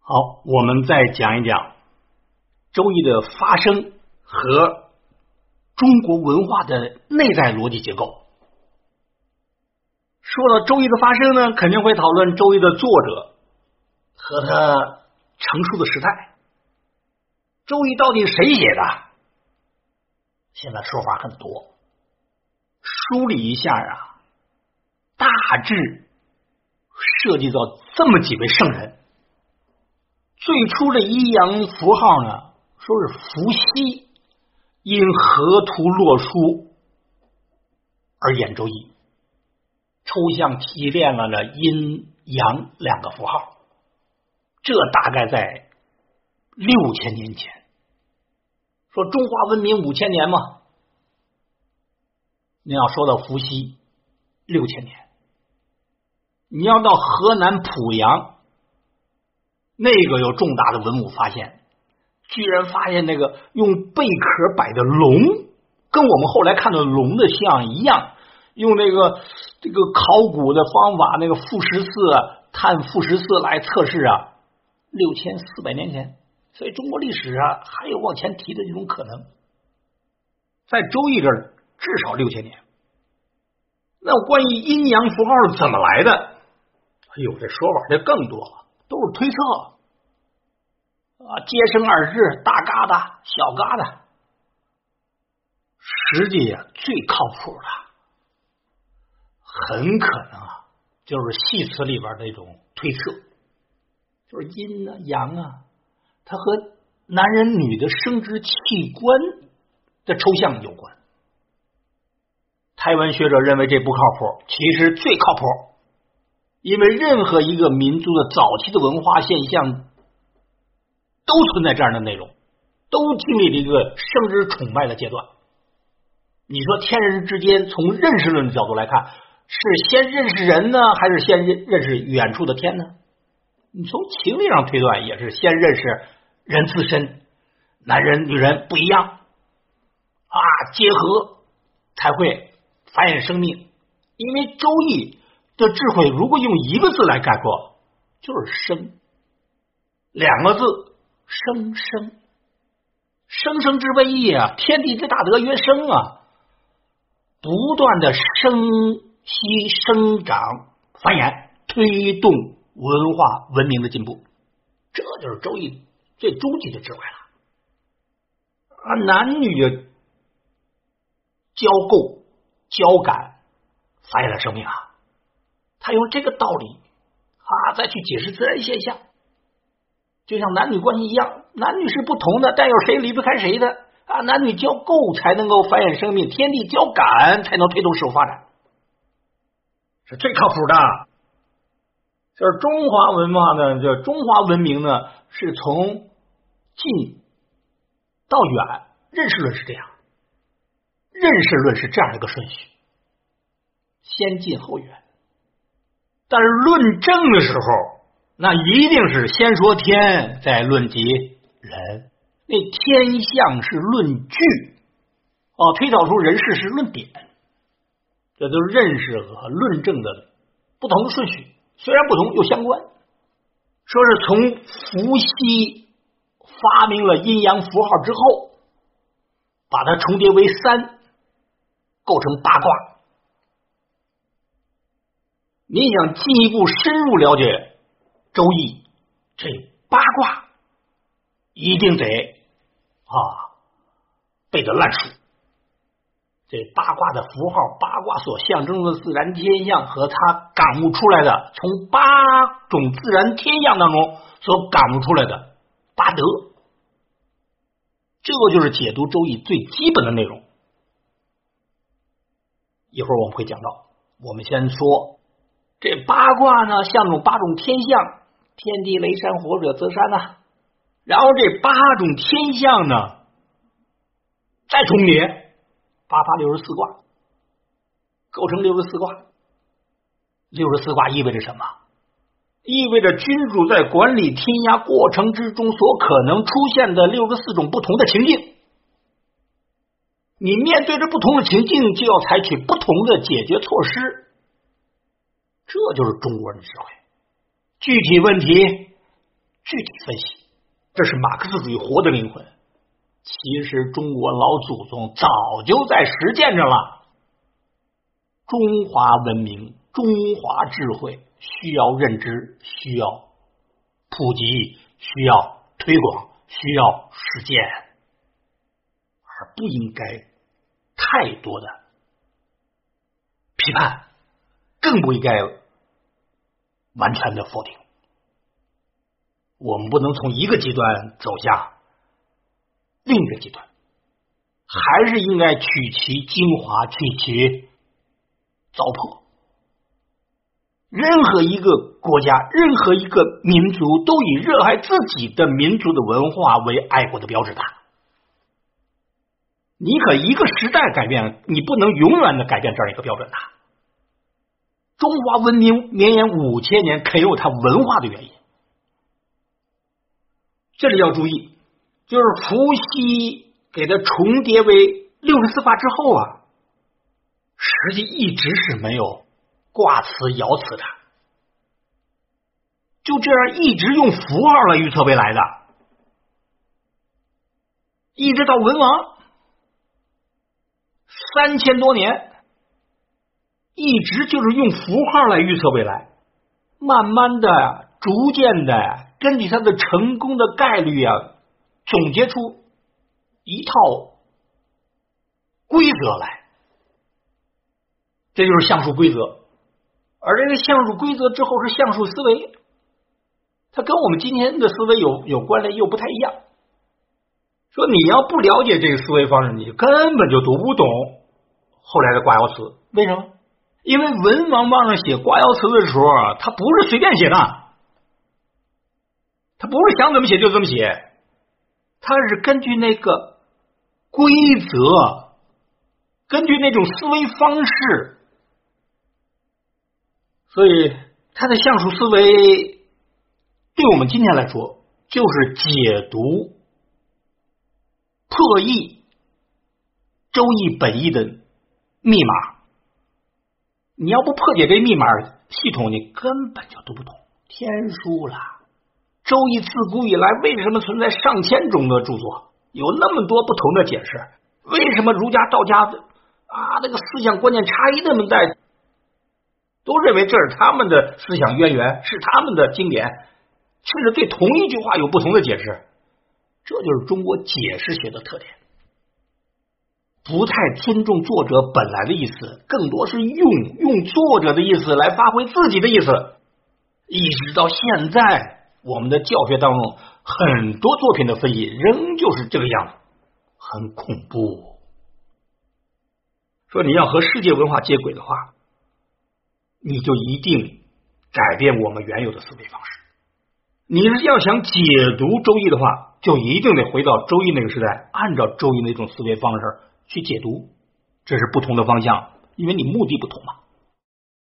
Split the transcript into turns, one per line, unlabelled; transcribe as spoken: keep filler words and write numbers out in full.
好，我们再讲一讲周易的发生和中国文化的内在逻辑结构。说到周易的发生呢，肯定会讨论周易的作者和他成书的时代。周易到底谁写的？现在说法很多，梳理一下啊，大致涉及到这么几位圣人。最初的阴阳符号呢，说是伏羲因河图洛书而演周易，抽象提炼了呢阴阳两个符号，这大概在六千年前。说中华文明五千年嘛，你要说到伏羲六千年，你要到河南濮阳，那个有重大的文物发现，居然发现那个用贝壳摆的龙，跟我们后来看到龙的像一样，用那个这个考古的方法，那个负十四碳负十四来测试啊，六千四百年前。所以中国历史啊还有往前提的这种可能，在周易这儿至少六千年。那关于阴阳符号是怎么来的？哎呦，这说法就更多了，都是推测啊，接生二字，大疙瘩、小疙瘩。实际啊，最靠谱的，很可能啊，就是系辞里边那种推测，就是阴啊、阳啊，它和男人女的生殖器官的抽象有关。台湾学者认为这不靠谱，其实最靠谱，因为任何一个民族的早期的文化现象都存在这样的内容，都经历了一个生殖崇拜的阶段。你说天人之间从认识论的角度来看，是先认识人呢，还是先认识远处的天呢？你从情理上推断，也是先认识人自身，男人女人不一样啊，结合才会繁衍生命。因为周易的智慧如果用一个字来概括，就是生，两个字，生生，生生之谓义啊，天地之大德曰生啊，不断的生息生长繁衍，推动文化文明的进步，这就是周易最终极的智慧了啊！男女的交构交感繁衍了生命啊，他用这个道理啊再去解释自然现象，就像男女关系一样，男女是不同的，但有谁离不开谁的啊？男女交构才能够繁衍生命，天地交感才能推动事物发展，是最靠谱的。就是中华文化呢，就中华文明呢，是从近到远，认识论是这样，认识论是这样一个顺序，先近后远。但是论证的时候，那一定是先说天，再论及人。那天象是论据，哦，推导出人事是论点，这都是认识和论证的不同的顺序。虽然不同又相关，说是从伏羲发明了阴阳符号之后，把它重叠为三，构成八卦。你想进一步深入了解周易，这八卦一定得啊背得烂熟。这八卦的符号，八卦所象征的自然天象和它感悟出来的，从八种自然天象当中所感悟出来的八德，这就是解读周易最基本的内容。一会儿我们会讲到，我们先说这八卦呢，象征八种天象，天地雷山火者泽山啊。然后这八种天象呢再重叠，八八六十四卦，构成六十四卦。六十四卦意味着什么？意味着君主在管理天压过程之中所可能出现的六十四种不同的情境。你面对着不同的情境，就要采取不同的解决措施，这就是中国人的智慧。具体问题具体分析，这是马克思主义活的灵魂。其实中国老祖宗早就在实践着了。中华文明、中华智慧需要认知，需要普及，需要推广，需要实践，而不应该太多的批判，更不应该完全的否定。我们不能从一个极端走向另一个极端，还是应该取其精华，取其糟粕。任何一个国家，任何一个民族都以热爱自己的民族的文化为爱国的标志的。你可一个时代改变，你不能永远的改变这样一个标准的。中华文明绵延五千年，肯有它文化的原因。这里要注意，就是伏羲给它重叠为六十四法之后啊，实际一直是没有卦辞爻辞的，就这样一直用符号来预测未来的，一直到文王三千多年，一直就是用符号来预测未来，慢慢的、逐渐的，根据它的成功的概率啊，总结出一套规则来，这就是象数规则。而这个象数规则之后是象数思维，它跟我们今天的思维有有关联，又不太一样。说你要不了解这个思维方式，你根本就读不懂后来的卦爻辞。为什么？因为文王往上写卦爻辞的时候，他不是随便写的，他不是想怎么写就怎么写，他是根据那个规则，根据那种思维方式。所以他的象数思维对我们今天来说就是解读破译周易本意的密码。你要不破解这密码系统，你根本就读不懂天书了。周易自古以来为什么存在上千种的著作，有那么多不同的解释？为什么儒家道家的啊那个思想观念差异那么大，都认为这是他们的思想渊源，是他们的经典，甚至对同一句话有不同的解释？这就是中国解释学的特点，不太尊重作者本来的意思，更多是用用作者的意思来发挥自己的意思。一直到现在，我们的教学当中很多作品的分析仍旧是这个样子，很恐怖。说你要和世界文化接轨的话，你就一定改变我们原有的思维方式。你是要想解读周易的话，就一定得回到周易那个时代，按照周易那种思维方式去解读，这是不同的方向，因为你目的不同嘛。